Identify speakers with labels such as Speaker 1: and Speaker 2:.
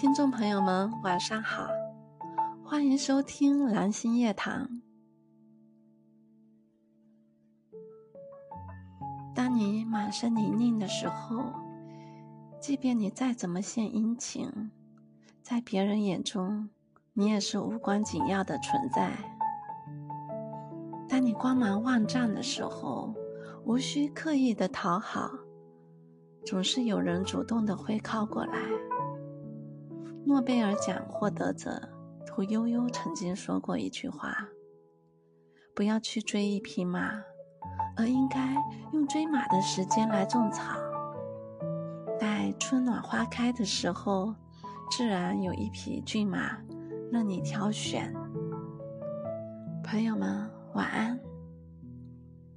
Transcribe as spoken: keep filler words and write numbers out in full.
Speaker 1: 听众朋友们晚上好，欢迎收听蓝星夜谈。当你满身泥泞的时候，即便你再怎么献殷勤，在别人眼中你也是无关紧要的存在。当你光芒万丈的时候，无需刻意的讨好，总是有人主动的会靠过来。诺贝尔奖获得者屠呦呦曾经说过一句话，不要去追一匹马，而应该用追马的时间来种草。待春暖花开的时候，自然有一匹骏马任你挑选。朋友们，晚安。